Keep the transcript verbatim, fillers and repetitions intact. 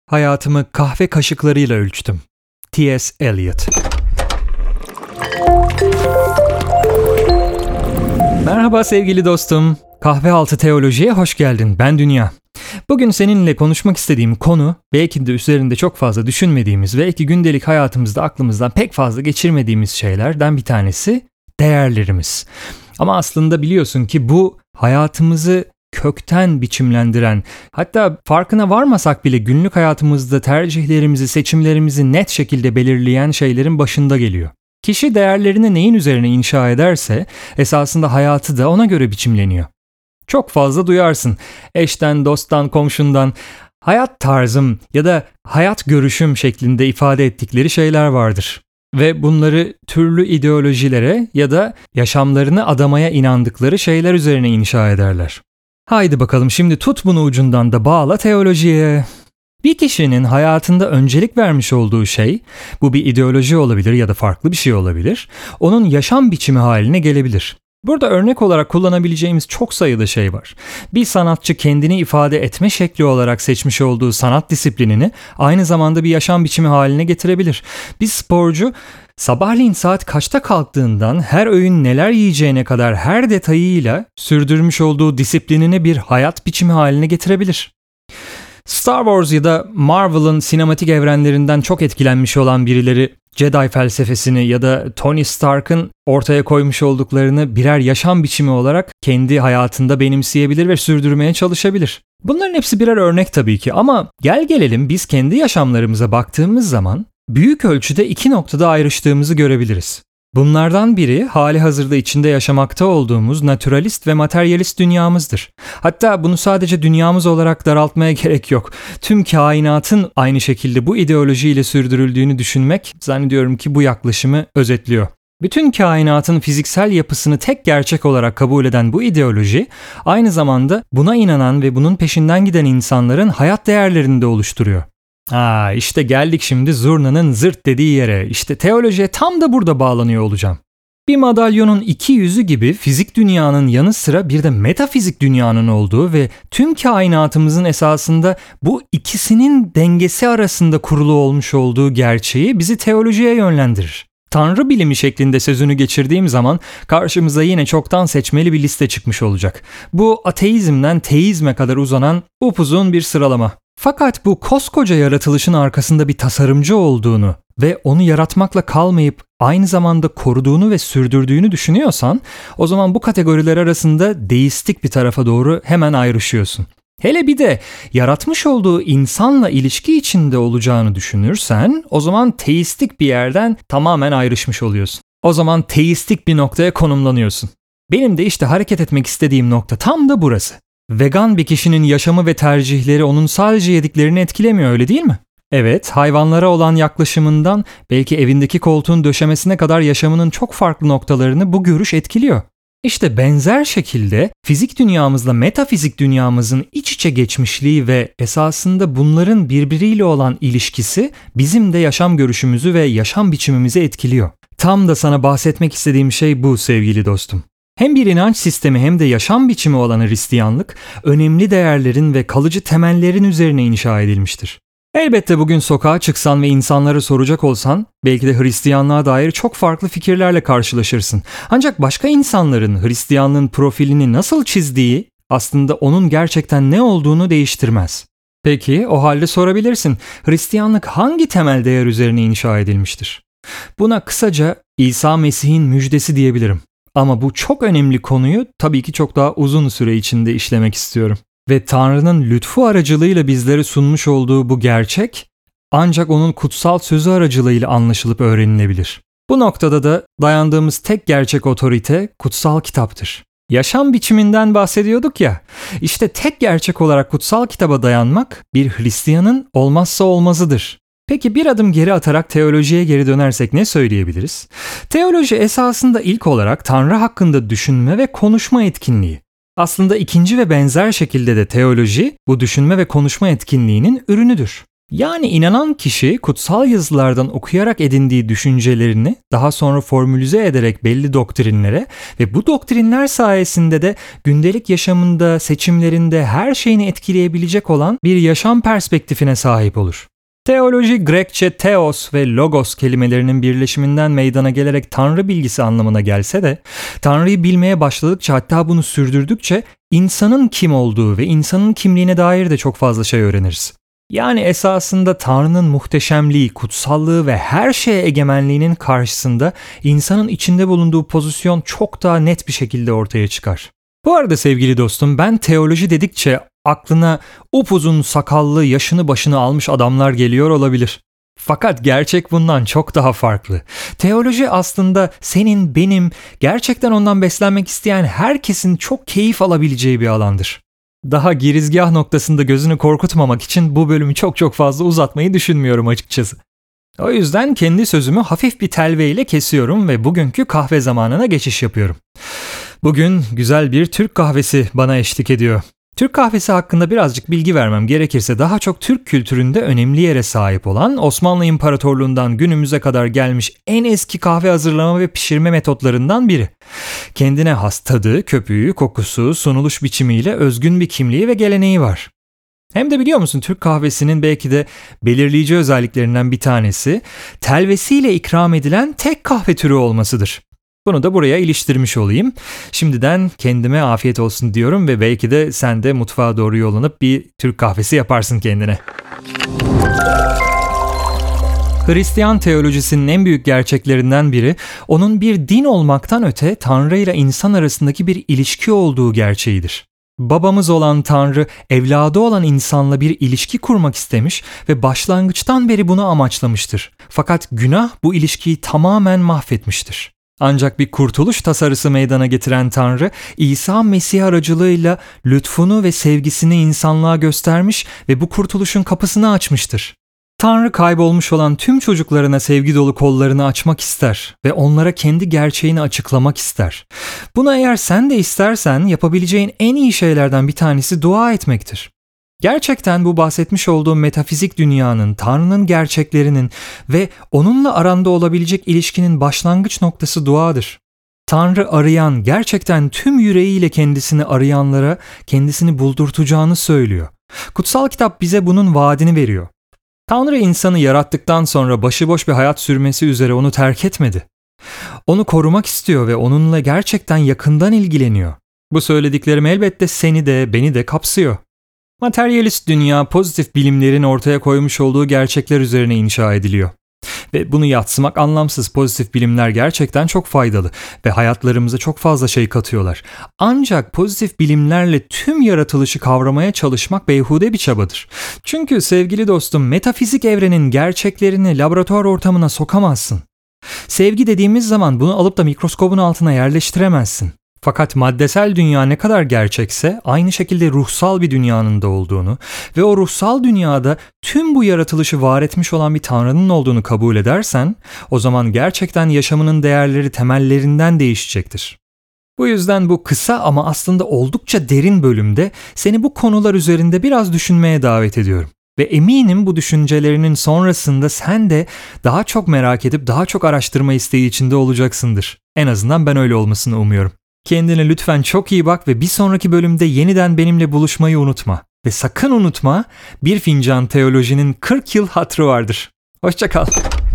Hayatımı kahve kaşıklarıyla ölçtüm. T S. Eliot. Merhaba sevgili dostum. Kahve altı teolojiye hoş geldin. Ben Dünya. Bugün seninle konuşmak istediğim konu, belki de üzerinde çok fazla düşünmediğimiz, belki gündelik hayatımızda aklımızdan pek fazla geçirmediğimiz şeylerden bir tanesi değerlerimiz. Ama aslında biliyorsun ki bu hayatımızı kökten biçimlendiren, hatta farkına varmasak bile günlük hayatımızda tercihlerimizi, seçimlerimizi net şekilde belirleyen şeylerin başında geliyor. Kişi değerlerini neyin üzerine inşa ederse esasında hayatı da ona göre biçimleniyor. Çok fazla duyarsın. Eşten, dosttan, komşundan hayat tarzım ya da hayat görüşüm şeklinde ifade ettikleri şeyler vardır. Ve bunları türlü ideolojilere ya da yaşamlarını adamaya inandıkları şeyler üzerine inşa ederler. Haydi bakalım şimdi tut bunu ucundan da bağla teolojiye. Bir kişinin hayatında öncelik vermiş olduğu şey, bu bir ideoloji olabilir ya da farklı bir şey olabilir, onun yaşam biçimi haline gelebilir. Burada örnek olarak kullanabileceğimiz çok sayıda şey var. Bir sanatçı kendini ifade etme şekli olarak seçmiş olduğu sanat disiplinini aynı zamanda bir yaşam biçimi haline getirebilir. Bir sporcu sabahleyin saat kaçta kalktığından her öğün neler yiyeceğine kadar her detayıyla sürdürmüş olduğu disiplinini bir hayat biçimi haline getirebilir. Star Wars ya da Marvel'ın sinematik evrenlerinden çok etkilenmiş olan birileri Jedi felsefesini ya da Tony Stark'ın ortaya koymuş olduklarını birer yaşam biçimi olarak kendi hayatında benimseyebilir ve sürdürmeye çalışabilir. Bunların hepsi birer örnek tabii ki ama gel gelelim biz kendi yaşamlarımıza baktığımız zaman büyük ölçüde iki noktada ayrıştığımızı görebiliriz. Bunlardan biri hali hazırda içinde yaşamakta olduğumuz naturalist ve materyalist dünyamızdır. Hatta bunu sadece dünyamız olarak daraltmaya gerek yok. Tüm kainatın aynı şekilde bu ideolojiyle sürdürüldüğünü düşünmek zannediyorum ki bu yaklaşımı özetliyor. Bütün kainatın fiziksel yapısını tek gerçek olarak kabul eden bu ideoloji aynı zamanda buna inanan ve bunun peşinden giden insanların hayat değerlerini de oluşturuyor. Aa, işte geldik şimdi zurnanın zırt dediği yere. İşte teolojiye tam da burada bağlanıyor olacağım. Bir madalyonun iki yüzü gibi fizik dünyanın yanı sıra bir de metafizik dünyanın olduğu ve tüm kainatımızın esasında bu ikisinin dengesi arasında kurulu olmuş olduğu gerçeği bizi teolojiye yönlendirir. Tanrı bilimi şeklinde sözünü geçirdiğim zaman karşımıza yine çoktan seçmeli bir liste çıkmış olacak. Bu ateizmden teizme kadar uzanan upuzun bir sıralama. Fakat bu koskoca yaratılışın arkasında bir tasarımcı olduğunu ve onu yaratmakla kalmayıp aynı zamanda koruduğunu ve sürdürdüğünü düşünüyorsan, o zaman bu kategoriler arasında deistik bir tarafa doğru hemen ayrışıyorsun. Hele bir de yaratmış olduğu insanla ilişki içinde olacağını düşünürsen, o zaman teistik bir yerden tamamen ayrışmış oluyorsun. O zaman teistik bir noktaya konumlanıyorsun. Benim de işte hareket etmek istediğim nokta tam da burası. Vegan bir kişinin yaşamı ve tercihleri onun sadece yediklerini etkilemiyor, öyle değil mi? Evet, hayvanlara olan yaklaşımından belki evindeki koltuğun döşemesine kadar yaşamının çok farklı noktalarını bu görüş etkiliyor. İşte benzer şekilde fizik dünyamızla metafizik dünyamızın iç içe geçmişliği ve esasında bunların birbiriyle olan ilişkisi bizim de yaşam görüşümüzü ve yaşam biçimimizi etkiliyor. Tam da sana bahsetmek istediğim şey bu sevgili dostum. Hem bir inanç sistemi hem de yaşam biçimi olan Hristiyanlık, önemli değerlerin ve kalıcı temellerin üzerine inşa edilmiştir. Elbette bugün sokağa çıksan ve insanlara soracak olsan, belki de Hristiyanlığa dair çok farklı fikirlerle karşılaşırsın. Ancak başka insanların Hristiyanlığın profilini nasıl çizdiği, aslında onun gerçekten ne olduğunu değiştirmez. Peki, o halde sorabilirsin, Hristiyanlık hangi temel değer üzerine inşa edilmiştir? Buna kısaca İsa Mesih'in müjdesi diyebilirim. Ama bu çok önemli konuyu tabii ki çok daha uzun süre içinde işlemek istiyorum. Ve Tanrı'nın lütfu aracılığıyla bizlere sunmuş olduğu bu gerçek ancak onun kutsal sözü aracılığıyla anlaşılıp öğrenilebilir. Bu noktada da dayandığımız tek gerçek otorite kutsal kitaptır. Yaşam biçiminden bahsediyorduk ya, işte tek gerçek olarak kutsal kitaba dayanmak bir Hristiyanın olmazsa olmazıdır. Peki bir adım geri atarak teolojiye geri dönersek ne söyleyebiliriz? Teoloji esasında ilk olarak Tanrı hakkında düşünme ve konuşma etkinliği. Aslında ikinci ve benzer şekilde de teoloji bu düşünme ve konuşma etkinliğinin ürünüdür. Yani inanan kişi kutsal yazılardan okuyarak edindiği düşüncelerini daha sonra formülize ederek belli doktrinlere ve bu doktrinler sayesinde de gündelik yaşamında, seçimlerinde her şeyini etkileyebilecek olan bir yaşam perspektifine sahip olur. Teoloji, Grekçe theos ve logos kelimelerinin birleşiminden meydana gelerek Tanrı bilgisi anlamına gelse de, Tanrı'yı bilmeye başladıkça, hatta bunu sürdürdükçe insanın kim olduğu ve insanın kimliğine dair de çok fazla şey öğreniriz. Yani esasında Tanrı'nın muhteşemliği, kutsallığı ve her şeye egemenliğinin karşısında insanın içinde bulunduğu pozisyon çok daha net bir şekilde ortaya çıkar. Bu arada sevgili dostum, ben teoloji dedikçe aklına upuzun sakallı, yaşını başını almış adamlar geliyor olabilir. Fakat gerçek bundan çok daha farklı. Teoloji aslında senin, benim, gerçekten ondan beslenmek isteyen herkesin çok keyif alabileceği bir alandır. Daha girizgah noktasında gözünü korkutmamak için bu bölümü çok çok fazla uzatmayı düşünmüyorum açıkçası. O yüzden kendi sözümü hafif bir telve ile kesiyorum ve bugünkü kahve zamanına geçiş yapıyorum. Bugün güzel bir Türk kahvesi bana eşlik ediyor. Türk kahvesi hakkında birazcık bilgi vermem gerekirse daha çok Türk kültüründe önemli yere sahip olan, Osmanlı İmparatorluğundan günümüze kadar gelmiş en eski kahve hazırlama ve pişirme metotlarından biri. Kendine has tadı, köpüğü, kokusu, sunuluş biçimiyle özgün bir kimliği ve geleneği var. Hem de biliyor musun, Türk kahvesinin belki de belirleyici özelliklerinden bir tanesi telvesiyle ikram edilen tek kahve türü olmasıdır. Bunu da buraya iliştirmiş olayım. Şimdiden kendime afiyet olsun diyorum ve belki de sen de mutfağa doğru yollanıp bir Türk kahvesi yaparsın kendine. Hristiyan teolojisinin en büyük gerçeklerinden biri, onun bir din olmaktan öte Tanrı ile insan arasındaki bir ilişki olduğu gerçeğidir. Babamız olan Tanrı, evladı olan insanla bir ilişki kurmak istemiş ve başlangıçtan beri bunu amaçlamıştır. Fakat günah bu ilişkiyi tamamen mahvetmiştir. Ancak bir kurtuluş tasarısı meydana getiren Tanrı, İsa Mesih aracılığıyla lütfunu ve sevgisini insanlığa göstermiş ve bu kurtuluşun kapısını açmıştır. Tanrı kaybolmuş olan tüm çocuklarına sevgi dolu kollarını açmak ister ve onlara kendi gerçeğini açıklamak ister. Buna eğer sen de istersen yapabileceğin en iyi şeylerden bir tanesi dua etmektir. Gerçekten bu bahsetmiş olduğum metafizik dünyanın, Tanrı'nın gerçeklerinin ve onunla aranda olabilecek ilişkinin başlangıç noktası duadır. Tanrı arayan, gerçekten tüm yüreğiyle kendisini arayanlara kendisini buldurtacağını söylüyor. Kutsal kitap bize bunun vaadini veriyor. Tanrı insanı yarattıktan sonra başıboş bir hayat sürmesi üzere onu terk etmedi. Onu korumak istiyor ve onunla gerçekten yakından ilgileniyor. Bu söylediklerim elbette seni de beni de kapsıyor. Materyalist dünya pozitif bilimlerin ortaya koymuş olduğu gerçekler üzerine inşa ediliyor. Ve bunu yadsımak anlamsız. Pozitif bilimler gerçekten çok faydalı ve hayatlarımıza çok fazla şey katıyorlar. Ancak pozitif bilimlerle tüm yaratılışı kavramaya çalışmak beyhude bir çabadır. Çünkü sevgili dostum, metafizik evrenin gerçeklerini laboratuvar ortamına sokamazsın. Sevgi dediğimiz zaman bunu alıp da mikroskobun altına yerleştiremezsin. Fakat maddesel dünya ne kadar gerçekse aynı şekilde ruhsal bir dünyanın da olduğunu ve o ruhsal dünyada tüm bu yaratılışı var etmiş olan bir Tanrı'nın olduğunu kabul edersen, o zaman gerçekten yaşamının değerleri temellerinden değişecektir. Bu yüzden bu kısa ama aslında oldukça derin bölümde seni bu konular üzerinde biraz düşünmeye davet ediyorum. Ve eminim bu düşüncelerinin sonrasında sen de daha çok merak edip daha çok araştırma isteği içinde olacaksındır. En azından ben öyle olmasını umuyorum. Kendine lütfen çok iyi bak ve bir sonraki bölümde yeniden benimle buluşmayı unutma. Ve sakın unutma, bir fincan teolojinin kırk yıl hatırı vardır. Hoşça kal.